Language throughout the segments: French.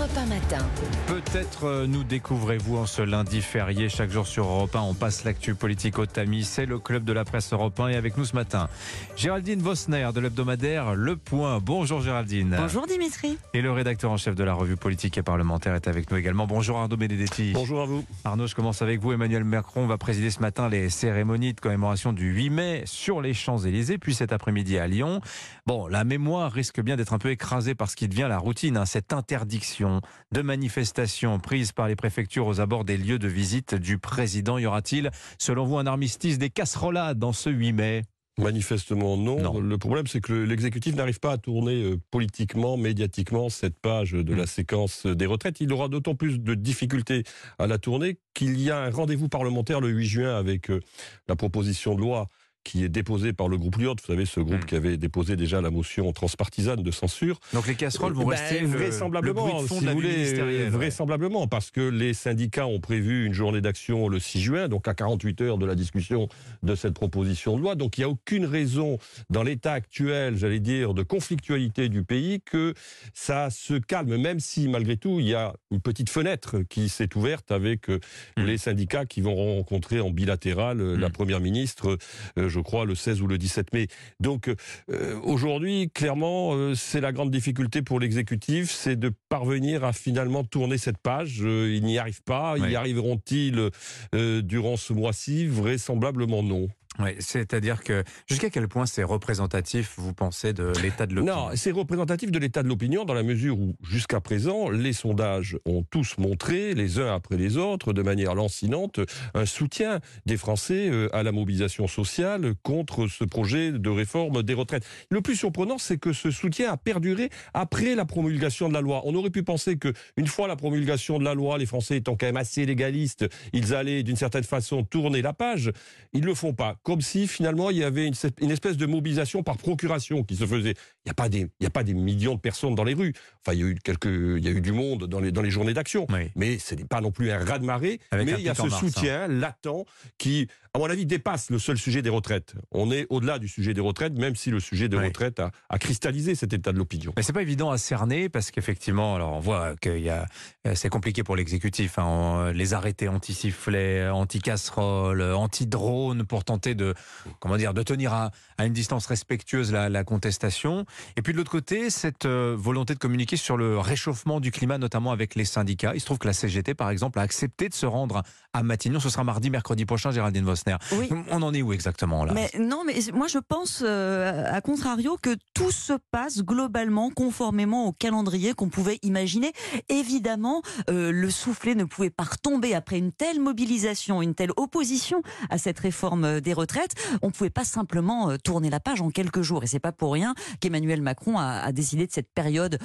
Europe 1 matin. Peut-être nous découvrez-vous en ce lundi férié. Chaque jour sur Europe 1, on passe l'actu politique au tamis. C'est le club de la presse Europe 1 et avec nous ce matin, Géraldine Vosner de l'hebdomadaire Le Point. Bonjour Géraldine. Bonjour Dimitri. Et le rédacteur en chef de la revue politique et parlementaire est avec nous également. Bonjour Arnaud Benedetti. Bonjour à vous. Arnaud, je commence avec vous. Emmanuel Macron va présider ce matin les cérémonies de commémoration du 8 mai sur les Champs-Élysées, puis cet après-midi à Lyon. Bon, la mémoire risque bien d'être un peu écrasée par ce qui devient la routine, cette interdiction de manifestations prises par les préfectures aux abords des lieux de visite du président. Y aura-t-il, selon vous, un armistice des casserolades dans ce 8 mai ? Manifestement non. Le problème, c'est que l'exécutif n'arrive pas à tourner politiquement, médiatiquement cette page de la séquence des retraites. Il aura d'autant plus de difficultés à la tourner qu'il y a un rendez-vous parlementaire le 8 juin avec la proposition de loi qui est déposée par le groupe Lyot, vous savez, ce groupe qui avait déposé déjà la motion transpartisane de censure. Donc les casseroles vont rester vraisemblablement, le bruit de fond si de la vous vie voulez, ministérielle. vraisemblablement, parce que les syndicats ont prévu une journée d'action le 6 juin, donc à 48 heures de la discussion de cette proposition de loi. Donc il n'y a aucune raison, dans l'état actuel, j'allais dire, de conflictualité du pays, que ça se calme, même si, malgré tout, il y a une petite fenêtre qui s'est ouverte avec les syndicats qui vont rencontrer en bilatéral la Première ministre, je crois, le 16 ou le 17 mai. Donc, aujourd'hui, clairement, c'est la grande difficulté pour l'exécutif, c'est de parvenir à finalement tourner cette page. Ils n'y arrivent pas. Oui. Y arriveront-ils durant ce mois-ci? Vraisemblablement non. Oui, c'est-à-dire que jusqu'à quel point c'est représentatif, vous pensez, de l'état de l'opinion ? Non, c'est représentatif de l'état de l'opinion dans la mesure où, jusqu'à présent, les sondages ont tous montré, les uns après les autres, de manière lancinante, un soutien des Français à la mobilisation sociale contre ce projet de réforme des retraites. Le plus surprenant, c'est que ce soutien a perduré après la promulgation de la loi. On aurait pu penser que, une fois la promulgation de la loi, les Français étant quand même assez légalistes, ils allaient d'une certaine façon tourner la page. Ils ne le font pas. Comme si finalement il y avait une espèce de mobilisation par procuration qui se faisait. Il n'y a pas des millions de personnes dans les rues. Enfin, il y a eu du monde dans les journées d'action. Oui. Mais ce n'est pas non plus un raz-de-marée. Mais il y a ce soutien latent qui, à mon avis, dépasse le seul sujet des retraites. On est au-delà du sujet des retraites, même si le sujet des retraites a cristallisé cet état de l'opinion. Mais c'est pas évident à cerner parce qu'effectivement, alors on voit que c'est compliqué pour l'exécutif. Les arrêtés anti-sifflets, anti-casseroles, anti-drones pour tenter de tenir à une distance respectueuse la contestation. Et puis de l'autre côté, cette volonté de communiquer sur le réchauffement du climat, notamment avec les syndicats. Il se trouve que la CGT, par exemple, a accepté de se rendre à Matignon. Ce sera mardi, mercredi prochain, Géraldine Vosner. Oui. On en est où exactement là ? Mais moi je pense, à contrario, que tout se passe globalement conformément au calendrier qu'on pouvait imaginer. Évidemment, le soufflet ne pouvait pas retomber après une telle mobilisation, une telle opposition à cette réforme des retraites. On ne pouvait pas simplement tourner la page en quelques jours. Et c'est pas pour rien qu'Emmanuel Macron a décidé de cette période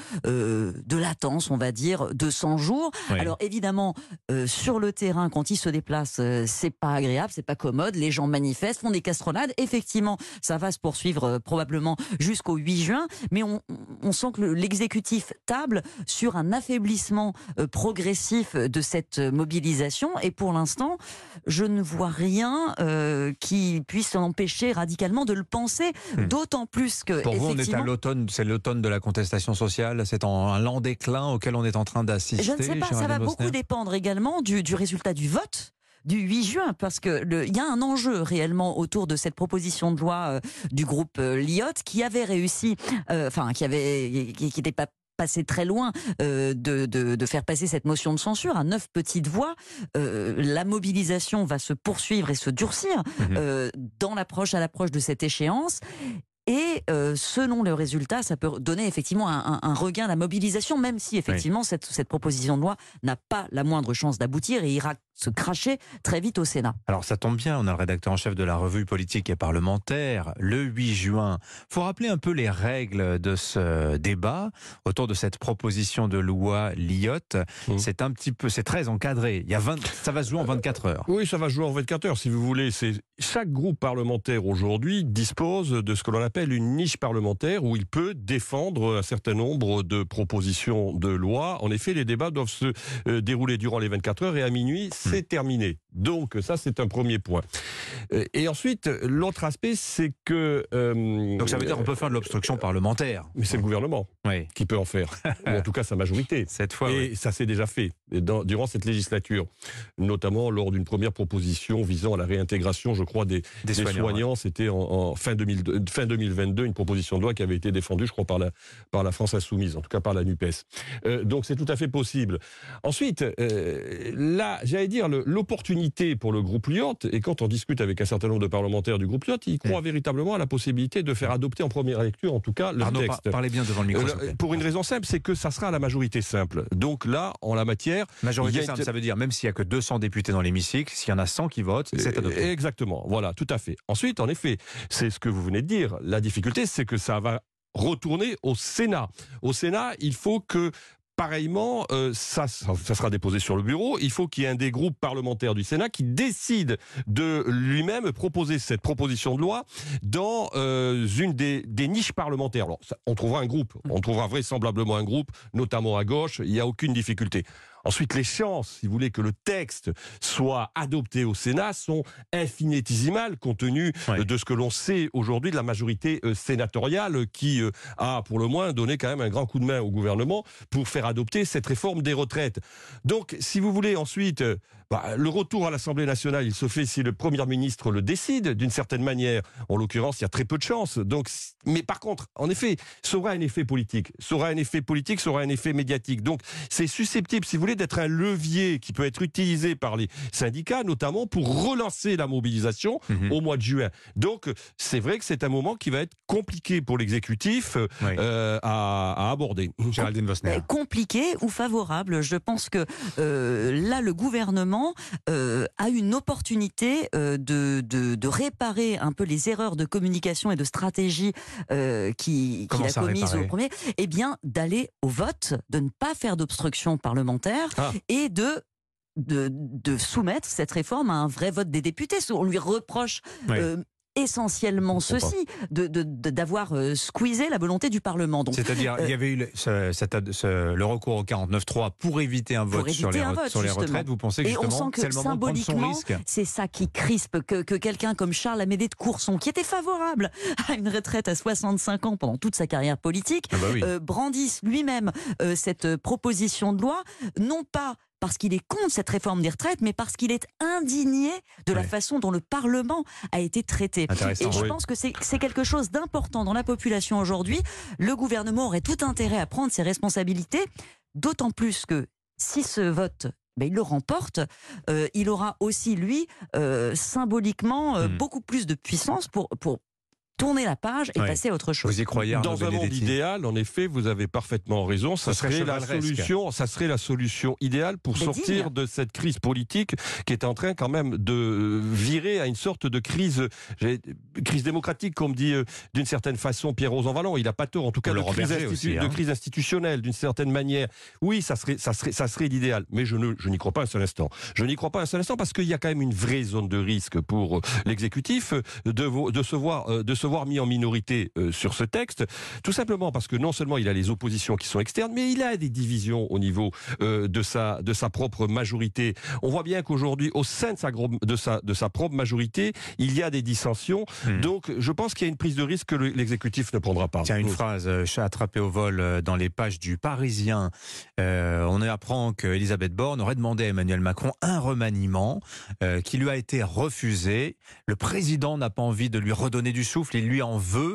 de latence, on va dire, de 100 jours. Oui. Alors évidemment, sur le terrain, quand il se déplace, c'est pas agréable, c'est pas commode. Les gens manifestent, font des casserolades. Effectivement, ça va se poursuivre probablement jusqu'au 8 juin. Mais on sent que l'exécutif table sur un affaiblissement progressif de cette mobilisation. Et pour l'instant, je ne vois rien qui puisse empêcher radicalement de le penser. D'autant plus que, pour vous, on est à l'automne, c'est l'automne de la contestation sociale, c'est un lent déclin auquel on est en train d'assister. Je ne sais pas, ça va beaucoup dépendre également du résultat du vote du 8 juin, parce que il y a un enjeu réellement autour de cette proposition de loi du groupe Lyot qui avait réussi, qui n'était pas passé très loin de faire passer cette motion de censure à 9 petites voix. La mobilisation va se poursuivre et se durcir à l'approche de cette échéance. Et selon le résultat, ça peut donner effectivement un regain à la mobilisation, même si effectivement cette proposition de loi n'a pas la moindre chance d'aboutir et ira se cracher très vite au Sénat. Alors ça tombe bien, on a le rédacteur en chef de la revue politique et parlementaire le 8 juin. Il faut rappeler un peu les règles de ce débat autour de cette proposition de loi Lyot. C'est très encadré. Ça va se jouer en 24 heures. Oui, ça va se jouer en 24 heures, si vous voulez. Chaque groupe parlementaire aujourd'hui dispose de ce que l'on appelle une niche parlementaire où il peut défendre un certain nombre de propositions de loi. En effet, les débats doivent se dérouler durant les 24 heures et à minuit, c'est terminé. Donc ça, c'est un premier point. Et ensuite, l'autre aspect, c'est que... Donc ça veut dire qu'on peut faire de l'obstruction parlementaire. Mais c'est le gouvernement qui peut en faire, ou en tout cas sa majorité. Cette fois, et ça s'est déjà fait durant cette législature, notamment lors d'une première proposition visant à la réintégration, je crois, des soignants. C'était en fin 2022, une proposition de loi qui avait été défendue, je crois, par la France Insoumise, en tout cas par la NUPES. Donc c'est tout à fait possible. Ensuite, là, j'allais dire, l'opportunité pour le groupe Liot, et quand on discute avec un certain nombre de parlementaires du groupe Liot, ils croient véritablement à la possibilité de faire adopter en première lecture, en tout cas, le texte. Parlez bien devant le micro. Pour une raison simple, c'est que ça sera à la majorité simple. Donc là, en la matière... Majorité simple, ça veut dire, même s'il n'y a que 200 députés dans l'hémicycle, s'il y en a 100 qui votent, c'est adopté. Exactement, voilà, tout à fait. Ensuite, en effet, c'est ce que vous venez de dire, la difficulté, c'est que ça va retourner au Sénat. Au Sénat, il faut que... Pareillement, ça sera déposé sur le bureau. Il faut qu'il y ait un des groupes parlementaires du Sénat qui décide de lui-même proposer cette proposition de loi dans une des niches parlementaires. Alors, on trouvera un groupe, on trouvera vraisemblablement un groupe, notamment à gauche, il n'y a aucune difficulté. Ensuite, les chances, si vous voulez, que le texte soit adopté au Sénat sont infinitésimales compte tenu de ce que l'on sait aujourd'hui de la majorité sénatoriale qui a pour le moins donné quand même un grand coup de main au gouvernement pour faire adopter cette réforme des retraites. Donc, si vous voulez ensuite... le retour à l'Assemblée nationale, il se fait si le Premier ministre le décide, d'une certaine manière. En l'occurrence, il y a très peu de chances. Donc, mais par contre, en effet, ça aura un effet politique. Ça aura un effet politique, ça aura un effet médiatique. Donc, c'est susceptible, si vous voulez, d'être un levier qui peut être utilisé par les syndicats, notamment pour relancer la mobilisation au mois de juin. Donc, c'est vrai que c'est un moment qui va être compliqué pour l'exécutif à aborder. Géraldine Vosner. Compliqué ou favorable? Je pense que là, le gouvernement a une opportunité de réparer un peu les erreurs de communication et de stratégie qu'il a commises au premier, et bien d'aller au vote, de ne pas faire d'obstruction parlementaire et de soumettre cette réforme à un vrai vote des députés. On lui reproche essentiellement ceci, d'avoir squeezé la volonté du Parlement. C'est-à-dire, il y avait eu le recours au 49.3 pour éviter un vote sur les retraites. Vous pensez que et justement, on sent que c'est le moment de prendre son risque. C'est ça qui crispe, que quelqu'un comme Charles Amédée de Courson, qui était favorable à une retraite à 65 ans pendant toute sa carrière politique, brandisse lui-même cette proposition de loi, non pas parce qu'il est contre cette réforme des retraites, mais parce qu'il est indigné de la façon dont le Parlement a été traité. Et je pense que c'est quelque chose d'important dans la population aujourd'hui. Le gouvernement aurait tout intérêt à prendre ses responsabilités, d'autant plus que si ce vote... il le remporte, il aura aussi, lui, symboliquement, beaucoup plus de puissance pour tourner la page et passer à autre chose. Vous y croyez, Arnaud Dans un monde idéal, en effet, vous avez parfaitement raison. Ça serait la solution idéale pour sortir de cette crise politique qui est en train quand même de virer à une sorte de crise démocratique, comme dit d'une certaine façon Pierre Rosanvallon. Il n'a pas tort, en tout cas, de crise institutionnelle, d'une certaine manière. Oui, ça serait l'idéal, mais je n'y crois pas un seul instant. Je n'y crois pas un seul instant parce qu'il y a quand même une vraie zone de risque pour l'exécutif de se voir mis en minorité sur ce texte, tout simplement parce que non seulement il a les oppositions qui sont externes, mais il a des divisions au niveau de sa propre majorité. On voit bien qu'aujourd'hui, au sein de sa propre majorité, il y a des dissensions. Donc, je pense qu'il y a une prise de risque que l'exécutif ne prendra pas. Tiens, une phrase attrapée au vol dans les pages du Parisien. On apprend qu'Elisabeth Borne aurait demandé à Emmanuel Macron un remaniement qui lui a été refusé. Le président n'a pas envie de lui redonner du souffle. Il lui en veut,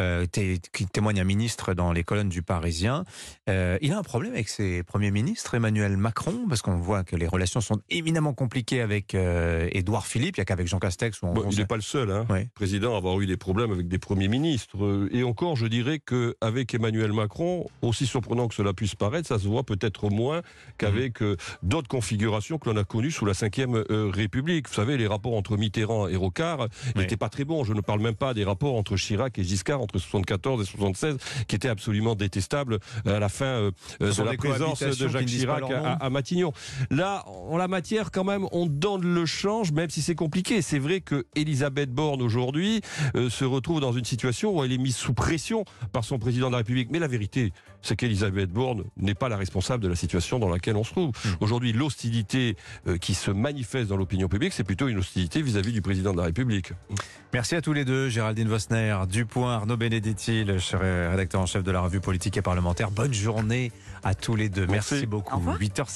qui témoigne un ministre dans les colonnes du Parisien. Il a un problème avec ses premiers ministres, Emmanuel Macron, parce qu'on voit que les relations sont éminemment compliquées avec Édouard Philippe, il n'y a qu'avec Jean Castex. Il n'est pas le seul, président, à avoir eu des problèmes avec des premiers ministres. Et encore, je dirais qu'avec Emmanuel Macron, aussi surprenant que cela puisse paraître, ça se voit peut-être moins qu'avec d'autres configurations que l'on a connues sous la Ve République. Vous savez, les rapports entre Mitterrand et Rocard n'étaient pas très bons. Je ne parle même pas des rapports entre Chirac et Giscard entre 74 et 76 qui étaient absolument détestables à la fin de la présence de Jacques Chirac à Matignon. Là, en la matière, quand même, on donne le change, même si c'est compliqué. C'est vrai que Elisabeth Borne, aujourd'hui, se retrouve dans une situation où elle est mise sous pression par son président de la République. Mais la vérité, c'est qu'Elisabeth Borne n'est pas la responsable de la situation dans laquelle on se trouve. Aujourd'hui, l'hostilité qui se manifeste dans l'opinion publique, c'est plutôt une hostilité vis-à-vis du président de la République. Merci à tous les deux, Géraldine Vosner, Dupont, Arnaud Benedetti, le rédacteur en chef de la revue politique et parlementaire. Bonne journée à tous les deux. Merci beaucoup. 8h